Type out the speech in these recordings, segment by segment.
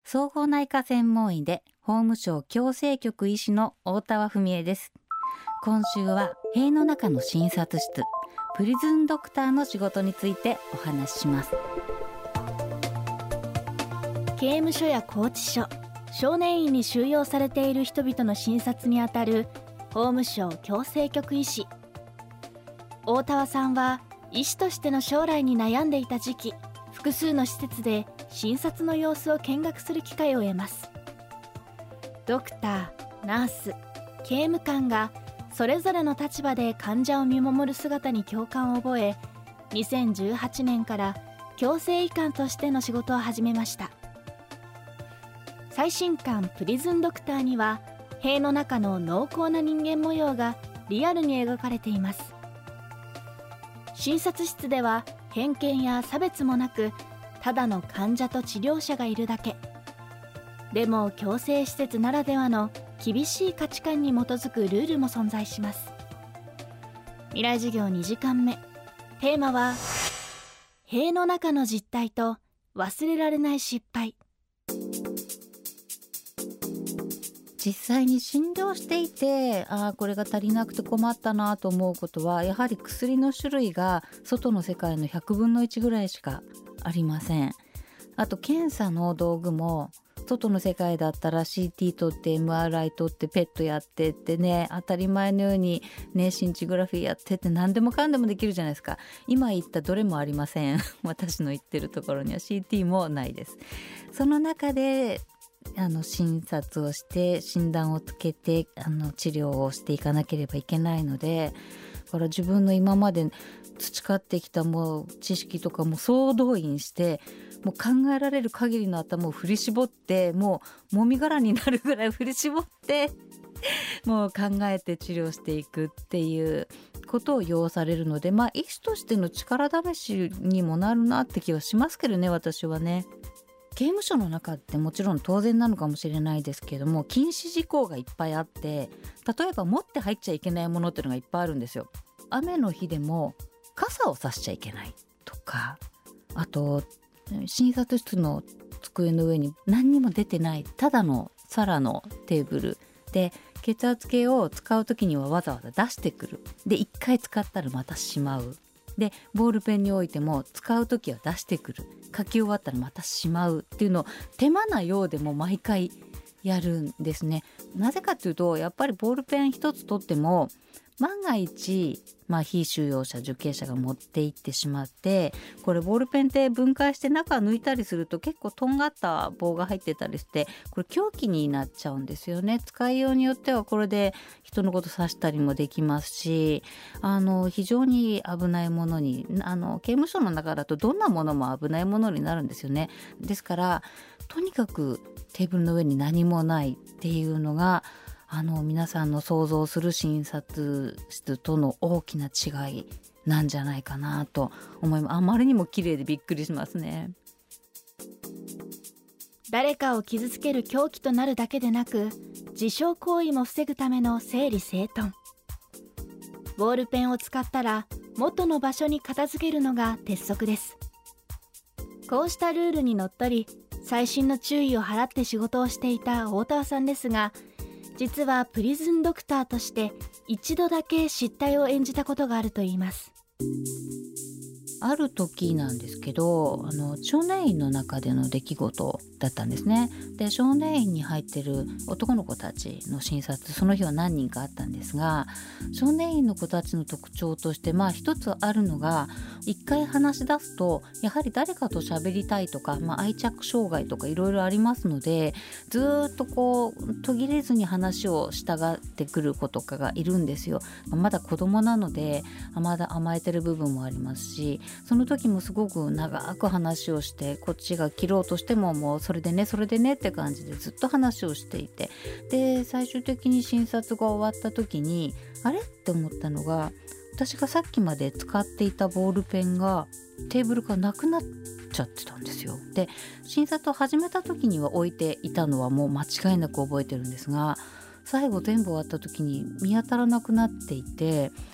総合内科専門医で法務省矯正局医師の大田文江です。今週は塀の中の診察室、プリズンドクターの仕事についてお話しします。 刑務所や拘置所、少年院に収容されている人々の診察にあたる法務省矯正局医師。大田さんは医師としての将来に悩んでいた時期、複数の施設で診察の様子を見学する機会を得ます。ドクター、ナース、刑務官がそれぞれの立場で患者を見守る姿に共感を覚え、2018年から矯正医官としての仕事を始めました。最新刊プリズンドクターには、塀の中の濃厚な人間模様がリアルに描かれています。診察室では偏見や差別もなく、ただの患者と治療者がいるだけ。でも矯正施設ならではの厳しい価値観に基づくルールも存在します。未来授業2時間目、テーマは塀の中の実態と忘れられない失敗。 実際に診療していて、これが足りなくて困ったなと思うことは、やはり薬の種類が外の世界の100分の1ぐらいしかありません。あと検査の道具も、外の世界だったら CT 取って MRI 取ってペットやってってね、当たり前のようにね、シンチグラフィーやってって何でもかんでもできるじゃないですか。今言ったどれもありません。私の言ってるところには CT もないです。その中で診察をして診断をつけて治療をしていかなければいけないので、だから自分の今まで培ってきたもう知識とかも総動員して、もう考えられる限りの頭を振り絞って、もうもみ殻になるぐらい振り絞ってもう考えて治療していくっていうことを要されるので、医師としての力試しにもなるなって気はしますけどね、私はね。刑務所の中ってもちろん当然なのかもしれないですけども、禁止事項がいっぱいあって、例えば持って入っちゃいけないものっていうのがいっぱいあるんですよ。雨の日でも傘を差しちゃいけないとか、あと診察室の机の上に何にも出てないただの皿のテーブルで、血圧計を使う時にはわざわざ出してくる。で一回使ったらまたしまう。でボールペンにおいても使う時は出してくる、書き終わったらまたしまうっていうのを手間なようでも毎回やるんですね。なぜかというと、やっぱりボールペン一つ取っても万が一非収容者受刑者が持って行ってしまって、これボールペンって分解して中抜いたりすると結構とんがった棒が入ってたりして、これ凶器になっちゃうんですよね。使いようによってはこれで人のこと刺したりもできますし、非常に危ないものに、刑務所の中だとどんなものも危ないものになるんですよね。ですからとにかくテーブルの上に何もないっていうのが皆さんの想像する診察室との大きな違いなんじゃないかなと思います。あまりにも綺麗でびっくりしますね。 誰かを傷つける凶器となるだけでなく、自傷行為も防ぐための整理整頓。ボールペンを使ったら元の場所に片付けるのが鉄則です。こうしたルールにのっとり、細心の注意を払って仕事をしていた大田さんですが、実はプリズンドクターとして一度だけ失態を演じたことがあるといいます。 ある時なんですけど、少年院の中での出来事だったんですね。で少年院に入ってる男の子たちの診察、その日は何人かあったんですが、少年院の子たちの特徴として一つあるのが、一回話し出すとやはり誰かと喋りたいとか、愛着障害とかいろいろありますので、ずっと途切れずに話をしたがってくる子とかがいるんですよ。まだ子供なのでまだ甘えてる部分もありますし、その時もすごく長く話をして、こっちが切ろうとしてももうそれでねって感じでずっと話をしていて、で最終的に診察が終わった時にあれって思ったのが、私がさっきまで使っていたボールペンがテーブルからなくなっちゃってたんですよ。で診察を始めた時には置いていたのはもう間違いなく覚えてるんですが、最後全部終わった時に見当たらなくなっていて、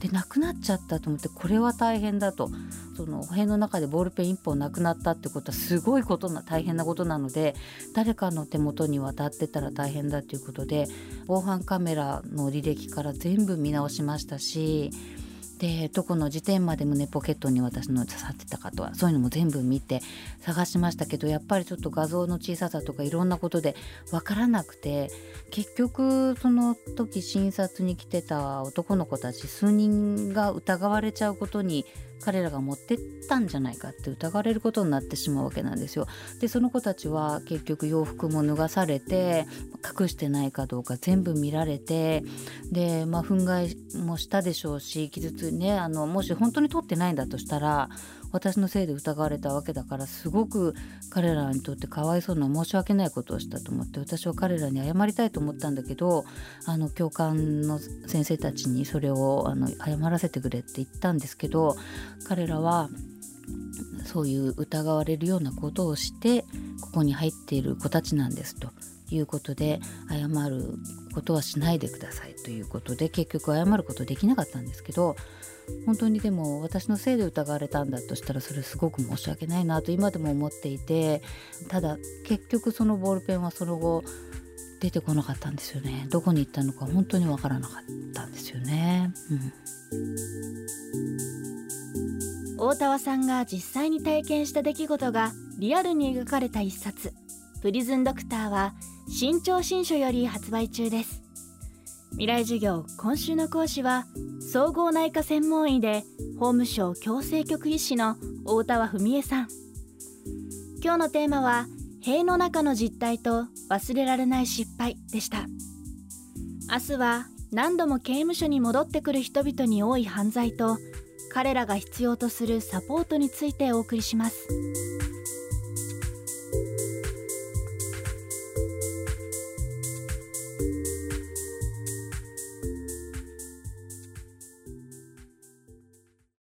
でなくなっちゃったと思って、これは大変だと。その部屋の中でボールペン1本なくなったってことはすごいことな大変なことなので、誰かの手元に渡ってたら大変だということで、防犯カメラの履歴から全部見直しましたし、でどこの時点まで胸ポケットに私の刺さってたかとはそういうのも全部見て探しましたけど、やっぱりちょっと画像の小ささとかいろんなことで分からなくて、結局その時診察に来てた男の子たち数人が疑われちゃうことに、彼らが持ってったんじゃないかって疑われることになってしまうわけなんですよ。でその子たちは結局洋服も脱がされて、隠してないかどうか全部見られて、で憤慨もしたでしょうし、傷つね、もし本当に取ってないんだとしたら私のせいで疑われたわけだから、すごく彼らにとってかわいそうな申し訳ないことをしたと思って、私は彼らに謝りたいと思ったんだけど、教官の先生たちにそれを謝らせてくれって言ったんですけど、彼らはそういう疑われるようなことをしてここに入っている子たちなんですということで、謝ることはしないでくださいということで、結局謝ることできなかったんですけど、本当にでも私のせいで疑われたんだとしたらそれすごく申し訳ないなと今でも思っていて、ただ結局そのボールペンはその後出てこなかったんですよね。どこに行ったのか本当にわからなかったんですよね、 大田さんが実際に体験した出来事がリアルに描かれた一冊、プリズンドクターは新潮新書より発売中です。未来授業、今週の講師は総合内科専門医で法務省矯正局医師の大田文江さん。今日のテーマは塀の中の実態と忘れられない失敗でした。明日は何度も刑務所に戻ってくる人々に多い犯罪と彼らが必要とするサポートについてお送りします。